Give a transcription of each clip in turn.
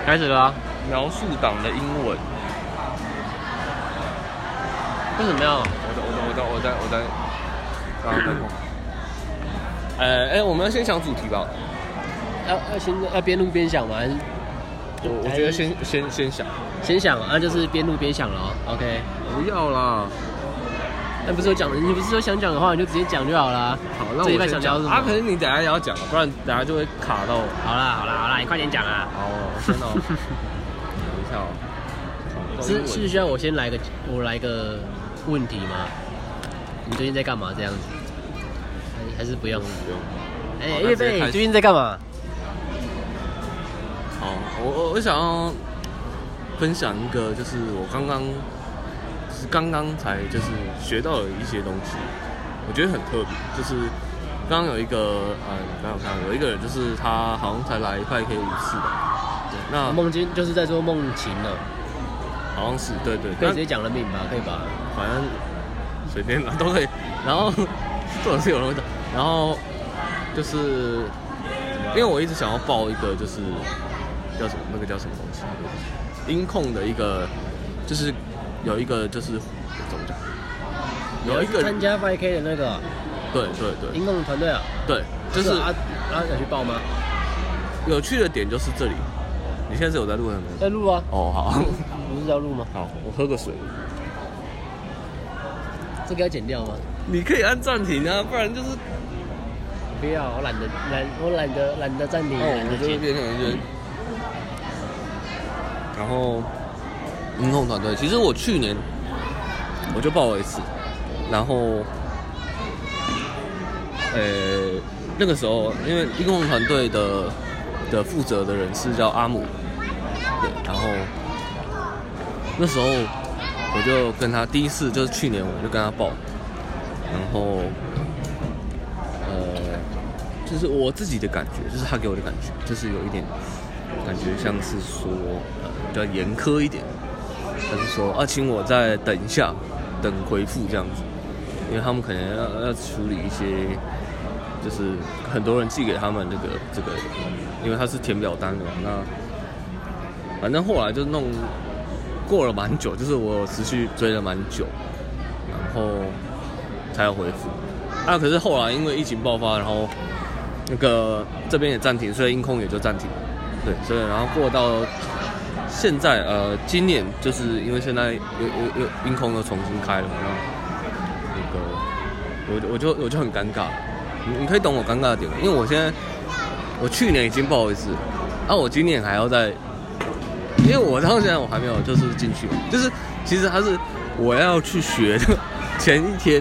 开始了啊！ 描述党的英文。 为什么要？ 我在刚刚在碰。我们要先想主题吧。 要边录边想吗？还是？ 我觉得先想。 先想啊，就是边录边想了。OK。 不要啦。 那不是有讲的，你不是说想讲的话，你就直接讲就好啦。 好，那我先想聊什么？ 可是你等一下也要讲，不然等一下就会卡到。 好啦，你快点讲啊！ 好，先等一下哦。 是需要我先来个问题吗？你最近在干嘛？这样子，还是不用？ 不用。 叶贝，最近在干嘛？ 好，我想要分享一个，就是我刚刚才就是学到了一些东西，我觉得很特别。就是刚刚有一个有一个人，就是他好像才来派 K 5次吧。对，那梦境就是在说梦情了。 好像是对， 可以直接讲人名吧？可以吧？ 反正随便啦，都可以。然后这种是有人会讲，然后就是因为我一直想要报一个，就是叫什么那个叫什么东西，音控的一个，就是有一个就是怎么讲，有一个参加 5K 的那个， 对， 音控团队啊， 对，就是要去报吗？有趣的点就是这里，你现在是有在录什么？ 在录啊。 哦，好。 不是要录吗？ 好，我喝个水。 这个要剪掉吗？ 你可以按暂停啊，不然就是不要，我懒得暂停。 我就会变成一些。然后音控团队，其实我去年我就报了一次，然后那个时候因为音控团队的负责的人是叫阿姆，对，然后。那时候我就跟他第一次就是去年我就跟他报，然后就是我自己的感觉，就是他给我的感觉，就是有一点感觉像是说比较严苛一点，他是说请我再等一下，等回复这样子，因为他们可能要处理一些，就是很多人寄给他们这个，因为他是填表单的，那反正后来就过了蛮久，就是我持续追了蛮久，然后才有回复。可是后来因为疫情爆发，然后那个这边也暂停，所以音控也就暂停。对，所以然后过到现在，今年就是因为现在有音控又重新开了，那个我就很尴尬。你可以懂我尴尬的点吗？因为我去年已经报一次，我今年还要再。因为我到现在我还没有就是进去，就是其实他是我要去学的前一天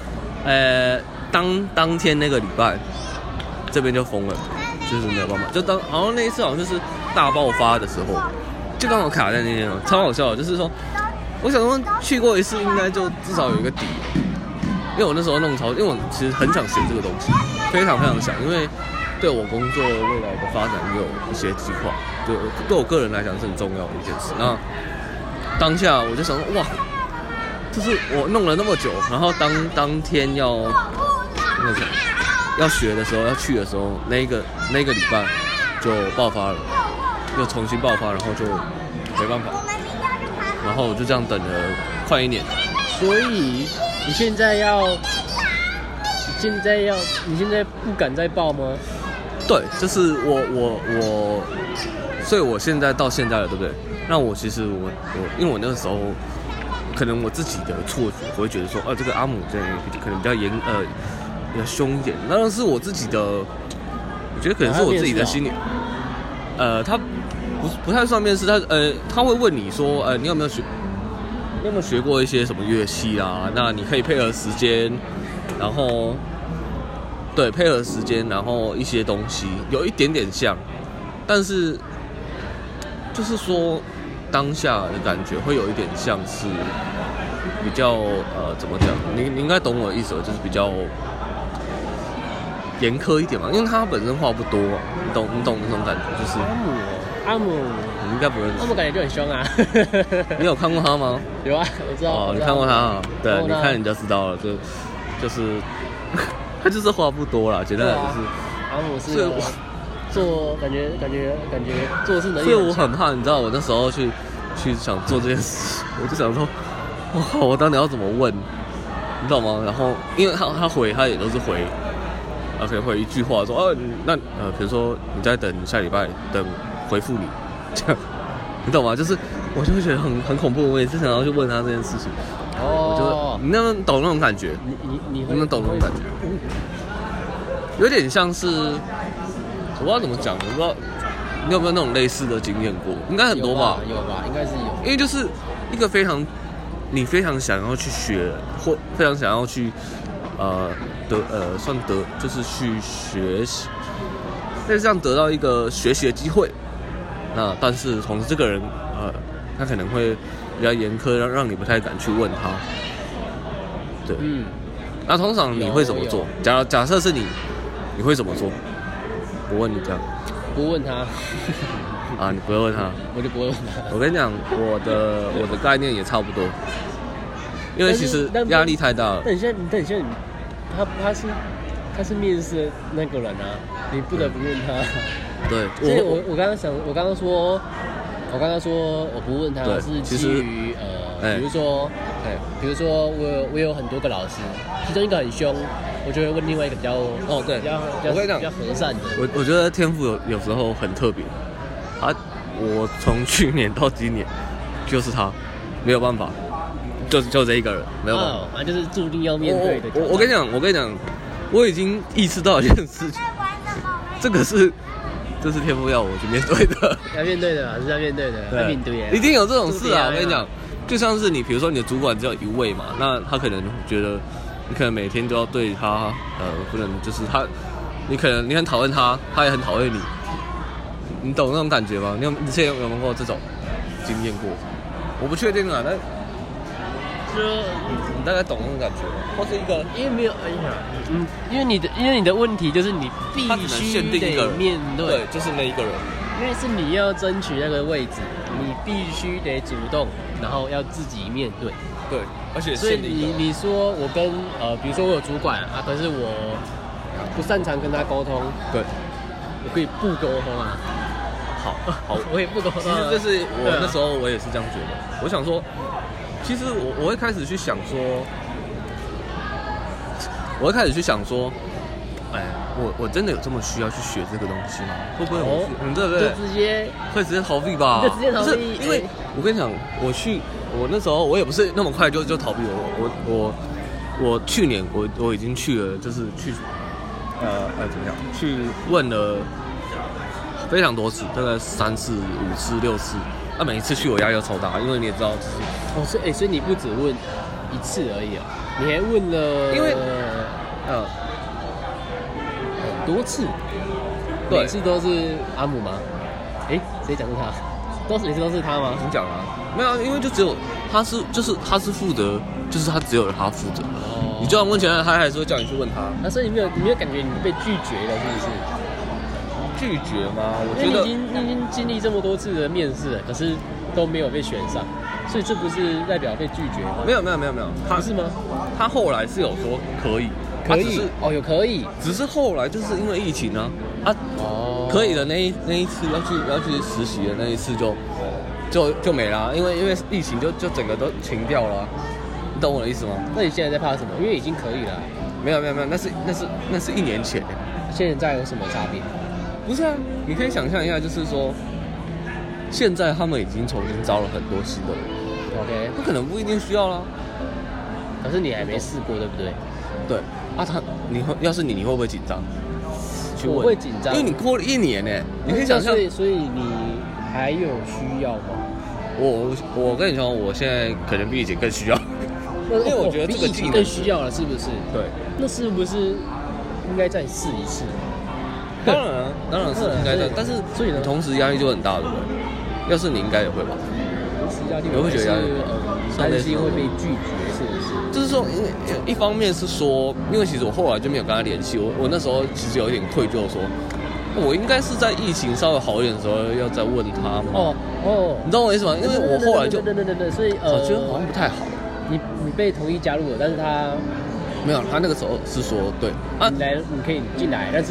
当天那个礼拜，这边就封了，就是没有办法，就好像那一次好像就是大爆发的时候，就刚好卡在那天了，超好笑的，就是说我想说去过一次应该就至少有一个底，因为我那时候因为我其实很想学这个东西，非常非常想，因为对我工作未来的发展也有一些计划。对我个人来讲是很重要的一件事。那当下我就想说，哇，就是我弄了那么久，然后当天要学的时候，要去的时候，那个礼拜就爆发了，又重新爆发，然后就没办法，然后我就这样等了快1年。 所以你现在不敢再报吗？ 对，就是我。所以我现在到现在了，对不对？那我其实因为我那个时候可能我自己的错觉，我会觉得说，这个阿姆这可能比较比较凶一点。当然是我自己的，我觉得可能是我自己的心理。他不太算面试，他会问你说，你有没有学过一些什么乐器啊？那你可以配合时间，然后对配合时间，然后一些东西有一点点像，但是。就是说，当下的感觉会有一点像是比较怎么讲？你应该懂我的意思，就是比较严苛一点嘛，因为他本身话不多，你懂那种感觉，就是阿姆， 你应该不认识。 阿姆感觉就很凶啊。 你有看过他吗？ 有啊，我知道。 你看过他啊？对，你看你就知道了，就是他就是话不多啦，简单来就是阿姆是。 做感觉做事能力， 所以我很怕，你知道，我那时候去想做这件事，我就想说，我到底要怎么问，你知道吗？然后因为他回他也都是回，可以回一句话说，那比如说你在等下礼拜等回复你，这样，你懂吗？就是我就会觉得很恐怖，我也是想要去问他这件事情。我就你能不能懂那种感觉？你能不能懂那种感觉？有点像是我不知道怎么讲，我不知道你有没有那种类似的经验过？应该很多吧？ 有吧？应该是有。因为就是一个你非常想要去学，或非常想要去就是去学习，但是这样得到一个学习的机会。那但是同时这个人他可能会比较严苛，让你不太敢去问他。对，那通常你会怎么做？假设是你会怎么做？我问你这样， 不问他你不会问他， 我就不会问他。 我跟你讲，我的概念也差不多，因为其实压力太大了。 等一下，他是面试的那个人啊，你不得不问他。 对， 所以我刚刚说我不问他是基于比如说我有很多个老师，其中一个很凶，我就会问另外一个比较我跟你讲比较和善的。 我觉得天赋有时候很特别，我从去年到今年就是他，没有办法，就这一个人，没有办法， 就是注定要面对的。 我跟你讲，我已经意识到一件事情，这是天赋要我去面对的， 要面对的啦，是要面对的，要面对的， 一定有这种事啊！我跟你讲，就像是你，比如说你的主管只有一位嘛，那他可能觉得你可能每天都要对他，不能就是你可能你很讨厌他，他也很讨厌你，你懂那种感觉吗？你之前有没有过这种经验过？我不确定啊，但你大概懂那种感觉吗？或是一个因为没有因为你的问题就是你必须得面对， 就是那一个人， 因为是你要争取那个位置，你必须得主动，然后要自己面对。 对，而且所以你说我跟比如说我有主管可是我不擅长跟他沟通， 对， 我可以不沟通啊。好，我也不沟通。 其实这是我那时候我也是这样觉得，我想说。其实我会开始去想说，我真的有这么需要去学这个东西吗？会不会对不对？ 就直接逃避吧。 就直接逃避， 因为我跟你讲，我那时候我也不是那么快就逃避我去年我已经去了，就是去怎么样去问了非常多次，大概3次、5次、6次。每一次去我压力都超大，因为你也知道， 所以你不只问一次而已你还问了， 因为很多次，每次都是阿姆吗？谁讲是他？每次都是他吗？ 你讲啊，没有，因为就只有他是负责，就是他只有他负责。你就算问起来，他还是会叫你去问他。 所以你没有感觉你被拒绝了，是不是？ 拒绝吗？我觉得你已经经历这么多次的面试了，可是都没有被选上，所以这不是代表被拒绝吗？ 没有， 不是吗？ 他后来是有说可以， 有可以， 只是后来就是因为疫情呢，可以的那一次要去实习的那一次就没了，因为疫情就整个都停掉了，你懂我的意思吗？ 那你现在在怕什么？因为已经可以了。 没有，那是1年前。 现在有什么差别？ 不是啊，你可以想象一下，就是说，现在他们已经重新招了很多新的人 ，OK， 他可能不一定需要啦。 可是你还没试过，对不对？ 对要是你会不会紧张？ 我会紧张， 因为你过了1年呢，你可以想象， 所以你还有需要吗？ 我跟你说，我现在可能比以前更需要，因为我觉得这个技能更需要了，是不是？ 对， 那是不是应该再试一次？ 当然是应该的，但是所以呢， 同时压力就很大，对不对？要是你应该也会吧？ 同时压力， 你会觉得压力担心会被拒绝，是不是？ 就是说，一方面是说，因为其实我后来就没有跟他联系，我那时候其实有一点愧疚，说我应该是在疫情稍微好一点的时候要再问他嘛。你知道我意思吗？因为我后来就对，所以我觉得好像不太好。 你被同意加入了，但是他没有，他那个时候是说对你可以进来，但是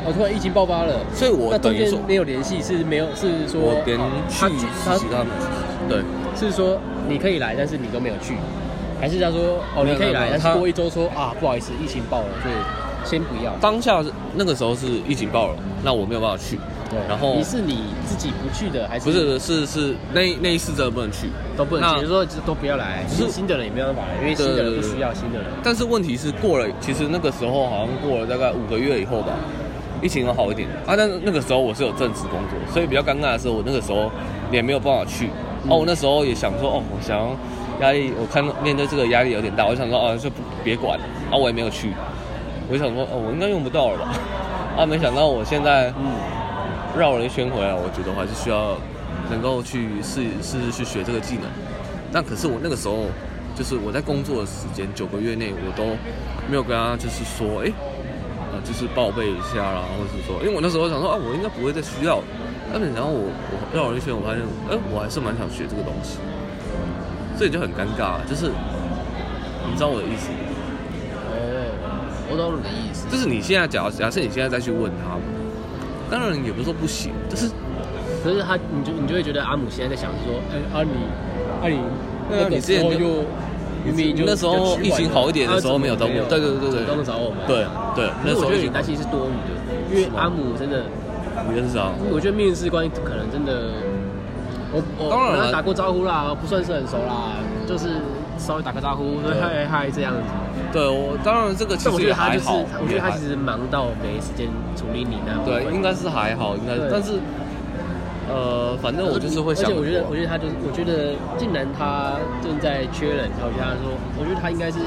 突然疫情爆发了， 所以我等于说没有联系，是没有是说我连去实习他们，对， 是说你可以来，但是你都没有去，还是他说你可以来，但是过1周说不好意思，疫情爆了，所以先不要。 当下那个时候是疫情爆了，那我没有办法去。 对，然后你是你自己不去的，还是不是？是那一次真的不能去， 都不能去，就是说都不要来。新的人也没有办法来，因为新的人不需要新的人。 但是问题是过了，其实那个时候好像过了大概5个月以后吧，疫情要好一点啊。但那个时候我是有正职工作，所以比较尴尬的是我那个时候也没有办法去。我那时候也想说我想要压力，我看面对这个压力有点大，我想说就别管了，我也没有去。我就想说我应该用不到了吧？没想到我现在绕了一圈回来，我觉得我还是需要能够去试去学这个技能。但可是我那个时候，就是我在工作的时间9个月内，我都没有跟他就是说，就是报备一下啦，或者是说，因为我那时候想说我应该不会再需要。但是然后我绕了一圈，我发现，我还是蛮想学这个东西，所以就很尴尬，就是你知道我的意思吗？ 我懂你的意思。 就是你现在假设你现在再去问他。当然也不是说不行，可是你就会觉得阿姆现在在想说，你那个时候就那时候疫情好一点的时候没有到过，对， 都能找我们， 对，那时候我觉得你担心是多余的，因为阿姆真的， 你认识啊？ 我觉得面试官可能真的，我跟他打过招呼啦，不算是很熟啦，就是稍微打个招呼，说嗨这样子。对， 我当然这个其实也还好， 我觉得他其实忙到没时间处理你那部分。 对，应该是还好，应该是，但是反正我就是会想。而且我觉得他就是，我觉得竟然他正在缺人，我觉得他说，我觉得他应该是，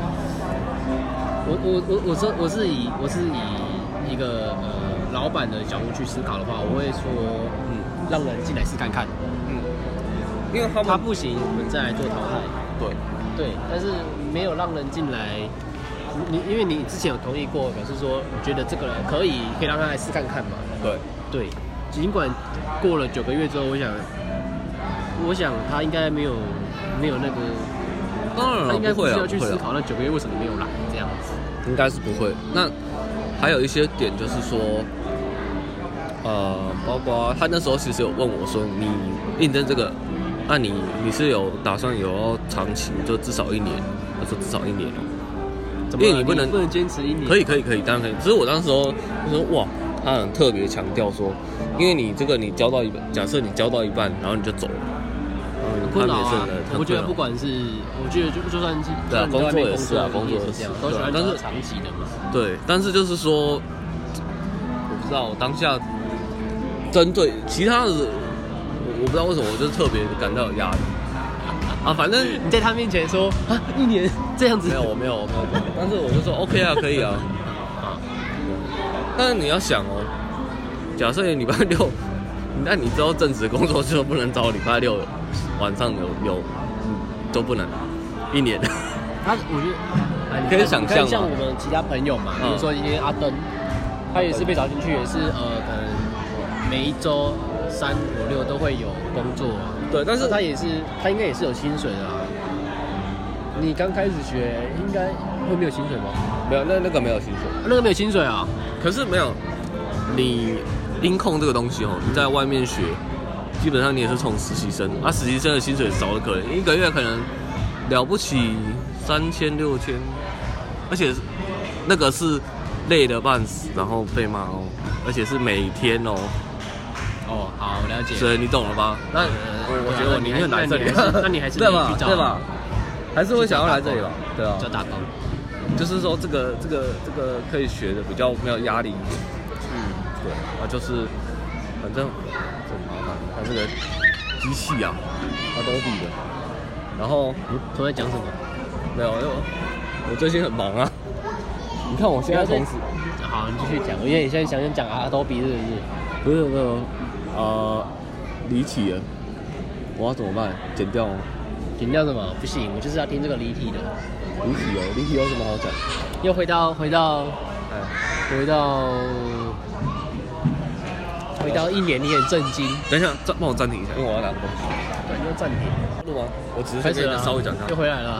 我是以一个老板的角度去思考的话，我会说，让人进来试看看，因为他不行，我们再来做淘汰。对，但是没有让人进来，因为你之前有同意过，表示说我觉得这个人可以让他来试看看嘛。对，尽管过了9个月之后，我想他应该没有那个， 当然了， 他应该不需要去思考那9个月为什么没有来这样子。 应该是不会。那还有一些点就是说，包括他那时候其实有问我说，你应征这个。那你是有打算有要长期，就至少1年？他说至少1年因为你不能坚持1年。 可以，当然可以。只是我当时候就说他很特别强调说，因为你这个你教到一半，假设你教到一半，然后你就走了， 困扰啊！我觉得不管是，我觉得就算是对啊，工作也是啊，工作也是这样，都喜欢找长期的嘛。 对，但是就是说，我不知道当下针对其他的。我不知道为什么，我就特别感到有压力反正你在他面前说1年这样子， 我没有，但是我就说 OK 啊，可以啊。但是你要想假设礼拜6，那你知道正职工作就不能找礼拜6晚上有都不能1年。 我觉得你可以想象， 像我们其他朋友嘛，比如说今天阿登，他也是被找进去，也是可能每一周3、5、6都会有工作对，但是他应该也是有薪水的你刚开始学应该会没有薪水吗？ 没有，那个没有薪水， 那个没有薪水啊。 可是没有，你音控这个东西你在外面学，基本上你也是从实习生实习生的薪水少的可能1个月可能了不起3000、6000，而且那个是累得半死，然后被骂而且是每天好，了解。 所以你懂了吧？那我觉得我宁愿来这里。 那你还是对吧？还是会想要来这里吧？对啊。 叫打工， 就是说这个可以学的比较没有压力。对就是反正很麻烦。它这个机器Adobe的。然后都在讲什么？ 没有，我最近很忙啊。你看我现在同时。 好，你继续讲。我因为你现在想讲Adobe是不是？ 不是。离题了，我要怎么办？剪掉吗？ 剪掉什么？不行，我就是要听这个离题的。 离题有什么好讲？ 又回到1年，你很震惊。 等一下，帮我暂停一下，因为我要拿个东西。 对，又暂停。 录吗？我只是开始了，稍微讲一下。 又回来了。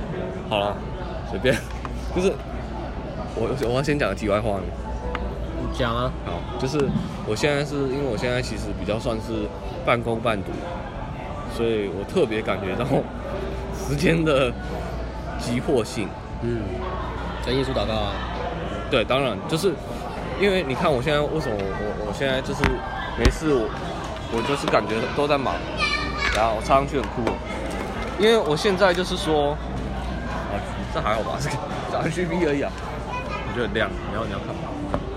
好了，随便。就是我要先讲个题外话。 讲啊。 好，就是我现在因为我现在其实比较算是半工半读，所以我特别感觉到时间的急迫性。 跟耶稣祷告啊。 对，当然就是因为你看我现在为什么我现在就是没事我就是感觉都在忙，然后我插上去很酷，因为我现在就是说这还好吧，这个 RGB 而已啊，我觉得很亮，你要看吗？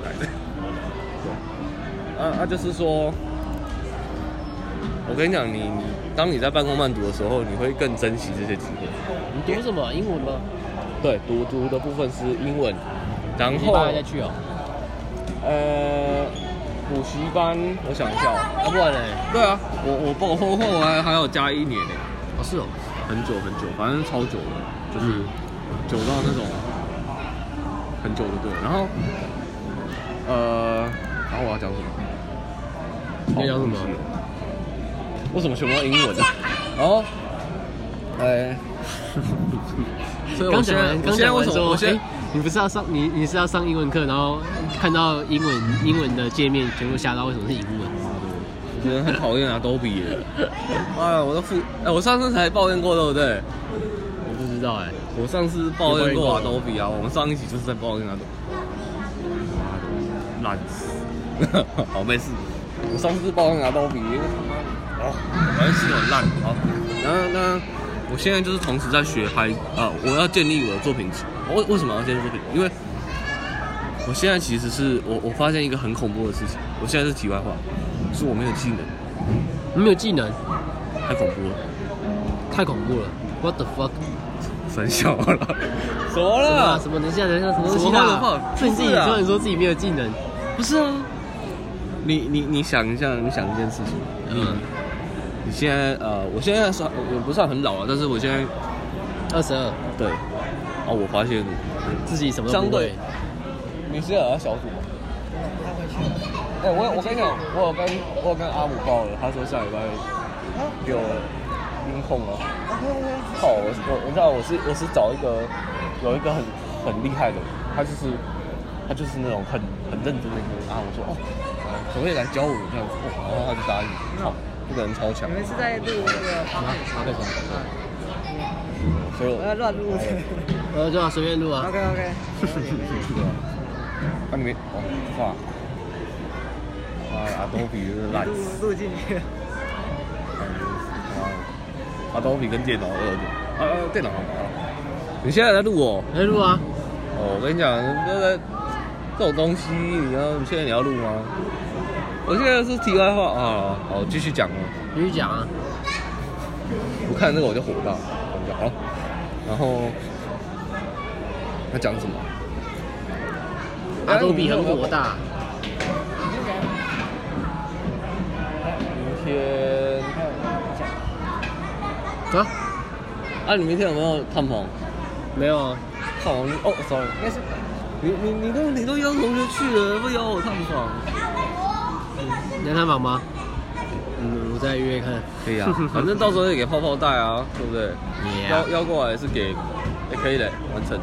对，就是说，我跟你讲，当你在半工半读的时候，你会更珍惜这些机会。 你读什么？英文吗？ 对，读的部分是英文，然后还在去哦。 补习班，我想一下不然呢？ 对啊，我后来还要加1年呢。 哦，是哦， 很久，反正超久的，就是久到那种很久的对。然后我要讲什么？ 你要讲什么？ 为什么全部都英文？然后，所以我现在为什么？ 你不是要上你是要上英文课，然后看到英文的界面全部吓到，为什么是英文？ 我觉得很讨厌Adobe耶。我上次才抱怨过，对不对？ 我不知道我上次抱怨过Adobe啊，我们上一集就是在抱怨Adobe。烂死。好，没事。我上次抱怨Adobe，反正系统很烂。好，那我现在就是同时在学拍我要建立我的作品集。为什么要建立作品？因为我现在其实是我发现一个很恐怖的事情。我现在是题外话，是我没有技能。 没有技能？ 太恐怖了！ 太恐怖了 ！What the fuck？ 三小了？什么了？ 什么？等一下，什么东西啦？是你自己突然说自己没有技能？ 不是啊。你想一下，你想一件事情。你现在我现在也不算很老了，但是我现在 22。 对。我发现自己什么都不会。 你是要小组吗？我跟你讲，我有跟阿姆报了，他说下礼拜给我音控了。好，我知道我是找有一个很厉害的，他就是那种很认真的一个我说可不可以来教我这样子？然后他就答应。好，这个人超强。 你们是在录那个所以我要乱录。 就要随便录啊。 OK。 你没哇，Adobe 就是烂死。 录进去。 Adobe 跟电脑电脑好。你现在在录哦？ 在录啊。 我跟你讲，这种东西，现在你要录吗？我现在是题外话啊，好，继续讲哦。 继续讲啊。 我看这个我就火大，好，然后他讲什么 ？Adobe 很火大。 明天你明天有没有看棚？ 没有啊。 看棚sorry， 应该是你都邀同学去了，不邀我看房？ 你要看房吗？我再约看。 可以啊，反正到时候也给泡泡带啊，对不对？邀过来是给，可以的，完成。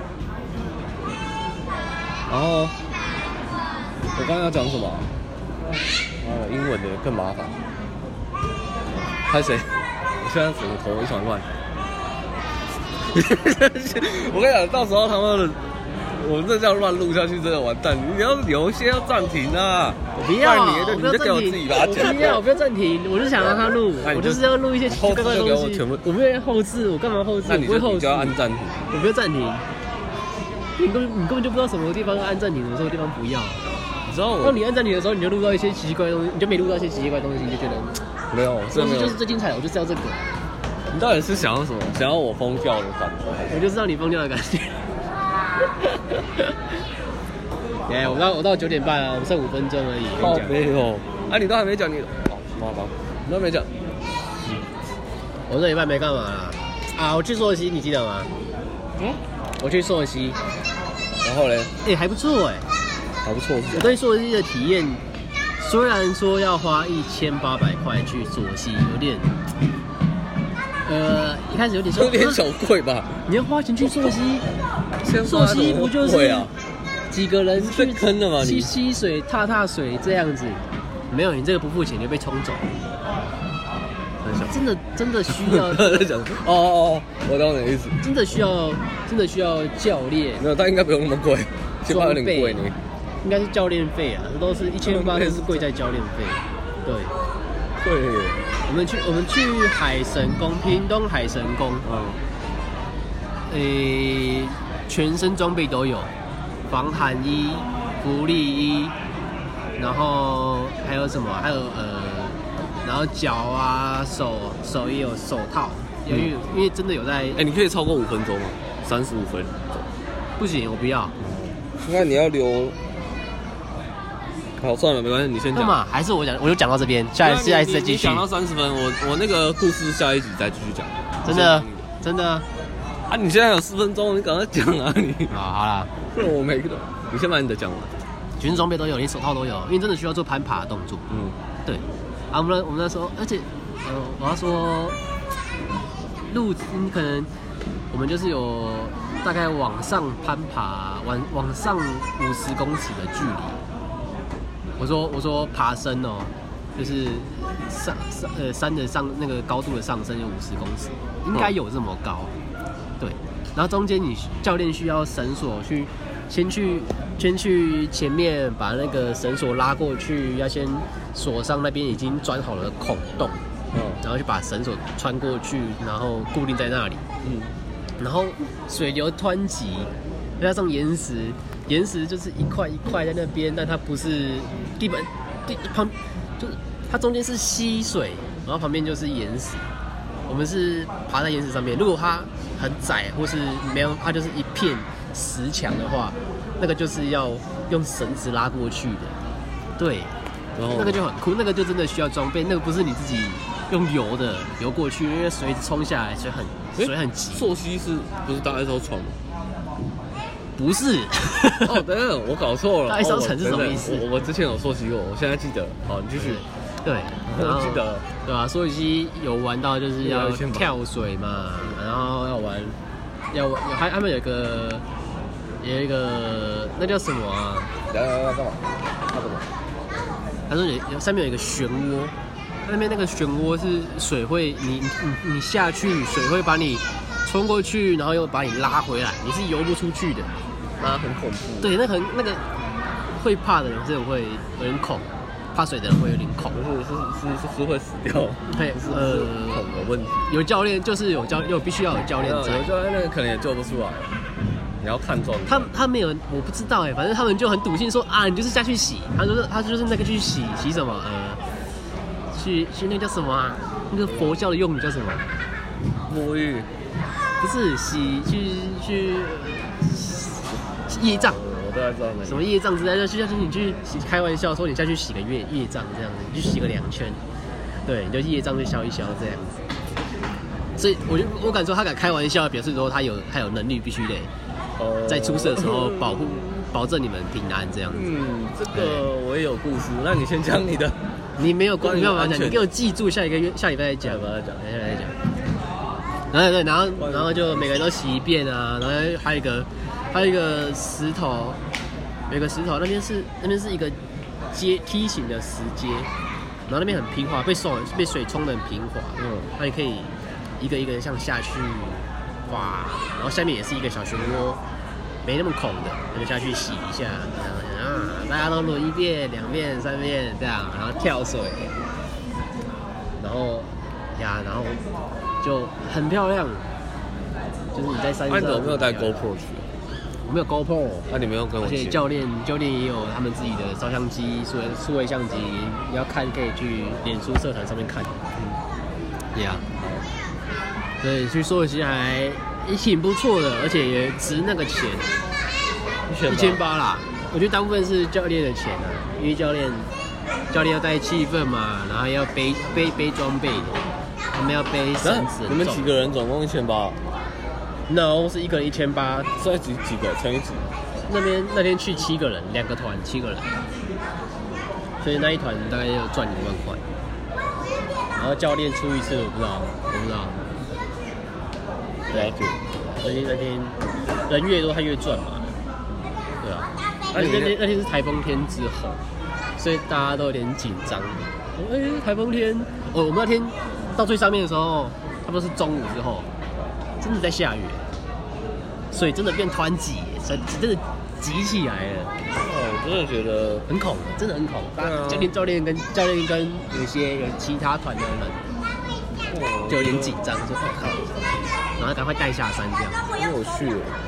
然后我刚刚要讲什么？英文的更麻烦。拍谁？我现在整个头一团乱。我跟你讲，到时候他们的我们这样乱录下去，真的完蛋！你要有一些要暂停啊！ 我不要， 你就给我自己把它剪掉。 我不要暂停，我就想让他录，我就是要录一些奇怪的东西。我没有后置，我干嘛后置？我不会后置。 就要按暂停。 我不要暂停。你根本就不知道什么地方要按暂停，什么地方不要。 你知道当你按暂停的时候，你就录到一些奇怪的东西，你就没录到一些奇怪的东西，你就觉得没有， 东西就是最精彩的，我就是要这个。 你到底是想要什么？想要我疯掉的感觉？ 我就是让你疯掉的感觉。我到9点半啊，我剩5分钟而已。 好没有，你都还没讲你，你都没讲。 我这礼拜没干嘛啦？我去溯溪，你记得吗？我去溯溪， 然后嘞？ 还不错还不错。 我对溯溪的体验，虽然说要花1800块去溯溪，有点。一开始有点小贵吧？ 你要花钱去溯溪，溯溪不就是几个人去坑的嘛？ 去吸水、踏水这样子，没有，你这个不付钱就被冲走。真的需要哦，我懂你的意思。 真的需要教练。 没有，但应该不用那么贵，1800有点贵呢。 应该是教练费啊，都是1800，都是贵在教练费。对。我们去海神宫，屏东海神宫。全身装备都有，防寒衣、浮力衣，然后还有什么？还有然后脚啊、手也有手套，因为真的有在。 你可以超过5分钟吗？35分。 不行，我不要。 那你要留。好，算了，没关系，你先讲。 嘛，还是我就讲到这边，下一次再继续。 讲到30分，我那个故事下一集再继续讲。 真的。 啊，你现在有4分钟，你赶快讲啊你。 好啦， 不然我每个都，你先把你的讲完。 全身装备都有，连手套都有，因为真的需要做攀爬的动作。对。啊，我们那时候，而且，我要说，可能我们就是有大概往上攀爬，往上50公尺的距离。我说爬升哦，就是山的上那个高度的上升有50公尺，应该有这么高。对，然后中间你教练需要绳索先去前面把那个绳索拉过去，要先锁上那边已经钻好了的孔洞，然后就把绳索穿过去，然后固定在那里，然后水流湍急，再加上岩石就是一块一块在那边，但它不是旁，就是它中间是溪水，然后旁边就是岩石。我们是爬在岩石上面，如果它很窄或是没有，它就是一片石墙的话，那个就是要用绳子拉过去的。对，那个就很酷，那个就真的需要装备，那个不是你自己用游过去，因为水冲下来，水很急。 溯溪不是搭一艘船吗？ 不是。 等等，我搞错了。 搭一艘船是什么意思？ 我之前有溯溪过，我现在记得。好，你继续。 对， 我记得， 对吧？溯溪有玩到就是要跳水嘛，然后他们有一个那叫什么啊？ 干嘛？ 他说上面有一个漩涡，那边那个漩涡是水会你下去，水会把你冲过去，然后又把你拉回来，你是游不出去的。 那很恐怖。 对，那个会怕的人真的会有点恐。怕水的人会有点恐， 是会死掉。 对， 恐的问题。 有教练就是必须要有教练在。 有教练那个可能也救不出来，你要看状况。 他没有，我不知道反正他们就很笃信说啊，你就是下去洗。他就是那个去洗什么去那个叫什么啊？那个佛教的用语叫什么？ 沐浴。 不是洗去业障。什么业障之类的，就像你去开玩笑说你下去洗个业障这样子，你去洗个2圈，对，你就业障就消一消这样子。所以我敢说他敢开玩笑，表示说他有能力，必须得在出事的时候保证你们平安这样子。 这个我也有故事，那你先讲你的。 你没有关，你没有办法讲，你给我记住，下礼拜再讲。然后就每个人都洗一遍啊，然后还有一个石头，有一个石头，那边是一个梯形的石阶，然后那边很平滑，被水冲得很平滑，那你可以一个一个像下去，哇，然后下面也是一个小漩涡，没那么恐的，那就下去洗一下，大家都轮1遍、2遍、3遍这样，然后跳水，然后就很漂亮，就是你在山上。 你有没有带 GoPro 去？ 我没有 GoPro， 那你没有跟我借？ 而且教练也有他们自己的照相机、数位相机，你要看可以去脸书社团上面看。所以去溯溪还挺不错的，而且也值那个钱，1800啦。我觉得大部分是教练的钱啊，因为教练要带气氛嘛，然后要背装备，他们要背绳子。 你们几个人总共1800？ No， 是一个人1800， 所以几个乘以几？ 那天去7个人，2个团7个人，所以那一团大概要赚1万块。然后教练出一次，我不知道。对，那天人越多他越赚嘛，对啊。 那天是台风天之后，所以大家都有点紧张。台风天，我们那天到最上面的时候，差不多是中午之后，真的在下雨，水真的变湍急，真的急起来了。 我真的觉得很恐，真的很恐。教练跟有其他团的人就有点紧张，说靠，然后赶快带下山这样。 很有趣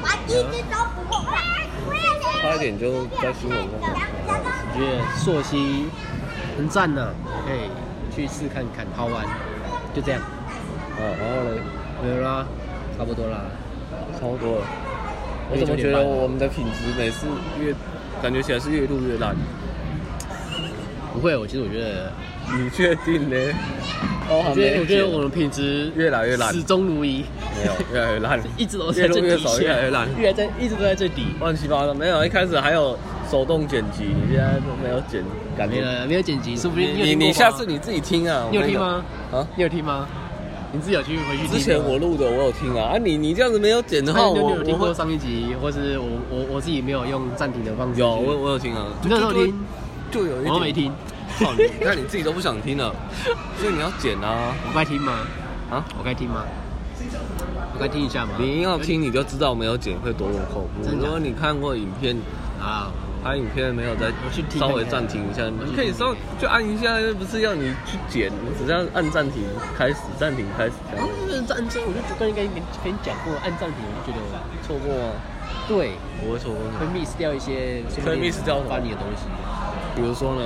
差一点就在新闻上面。 我觉得溯溪很赞呐，可以去试看看，好玩。就这样。 然后嘞， 没有啦，差不多啦， 差不多了。我怎么觉得我们的品质每次感觉起来是越录越烂？ 不会，其实我觉得， 你确定呢？ 我觉得我们品质越来越烂， 始终如一。 没有，越来越烂， 一直都在最底线， 越来越烂， 一直都在最底， 乱七八糟。没有，一开始还有手动剪辑，你现在都没有剪，感觉没有剪辑，说不定你下次你自己听啊。 你有听吗？啊，你有听吗？你自己有回去听？ 之前我录的我有听啊。你这样子没有剪的话， 我有听过上一集，或是我自己没有用暂停的方式。 有，我有听啊。 你那时候听， 就有一点。 我都没听。 你看你自己都不想听了，所以你要剪啊。 我该听吗？ 啊， 我该听吗？我该听一下吗？ 你要听你就知道没有剪会多么恐怖。如果你看过影片啊，拍影片没有再稍微暂停一下，你可以稍微就按一下，又不是要你去剪，你只是要按暂停开始，暂停开始这样。 暂停，我就跟你讲过，按暂停我就觉得错过吗？ 对， 我会错过， 会 miss 掉一些， 会 miss 掉翻你的东西。 比如说呢？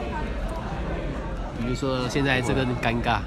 比如说现在这个尴尬。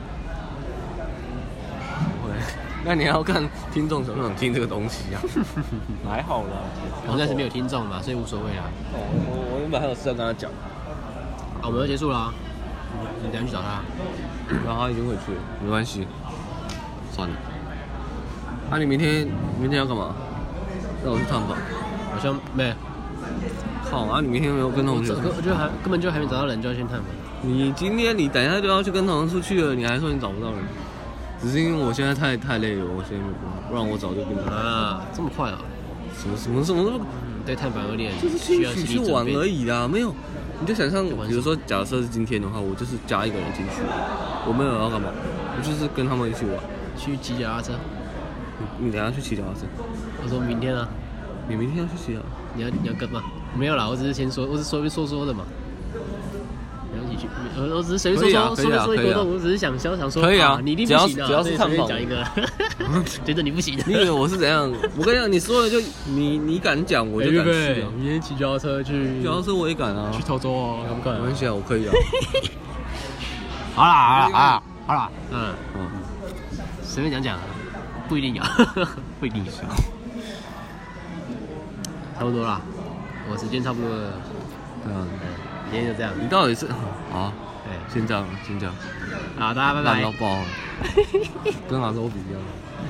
那你要看听众想不想听这个东西啊？还好啦， 我们暂时没有听众嘛，所以无所谓啦。 我原本还有事要跟他讲。 我们要结束了啊，你等下去找他。 然后他已经回去了，没关系，算了。你明天要干嘛？让我去探访？ 好像没。 靠你明天没有跟同学？ 我觉得根本就还没找到人，就要先探访。 你今天你等一下就要去跟同学出去了，你还说你找不到人？只是因为我现在太累了，我现在不然我早就跟你这么快啊？ 什么？ 对探访有点就是去玩而已啦，没有。你就想象，比如说假设是今天的话，我就是加一个人进去，我没有要干嘛，我就是跟他们一起玩， 去骑脚踏车。 你等一下去骑脚踏车？ 我说明天啊。 你明天要去骑啊？ 你要跟吗？没有啦，我只是先说，我是说的嘛。我只是随便说一个，我只是想说， 可以啊， 你一定不行的， 只要是探访讲一个，觉得你不行。 你以为我是怎样？我跟你讲，你说的就你敢讲，我就敢去啊。 明天骑脚踏车去， 脚踏车我也敢啊， 去潮州啊，敢不敢？ 没关系啊，我可以啊。 好啦，随便讲，不一定有，不一定有。差不多啦，我时间差不多了。今天就这样。 你到底是好？先这样。大家拜拜。 烂到爆了，跟阿周比一样。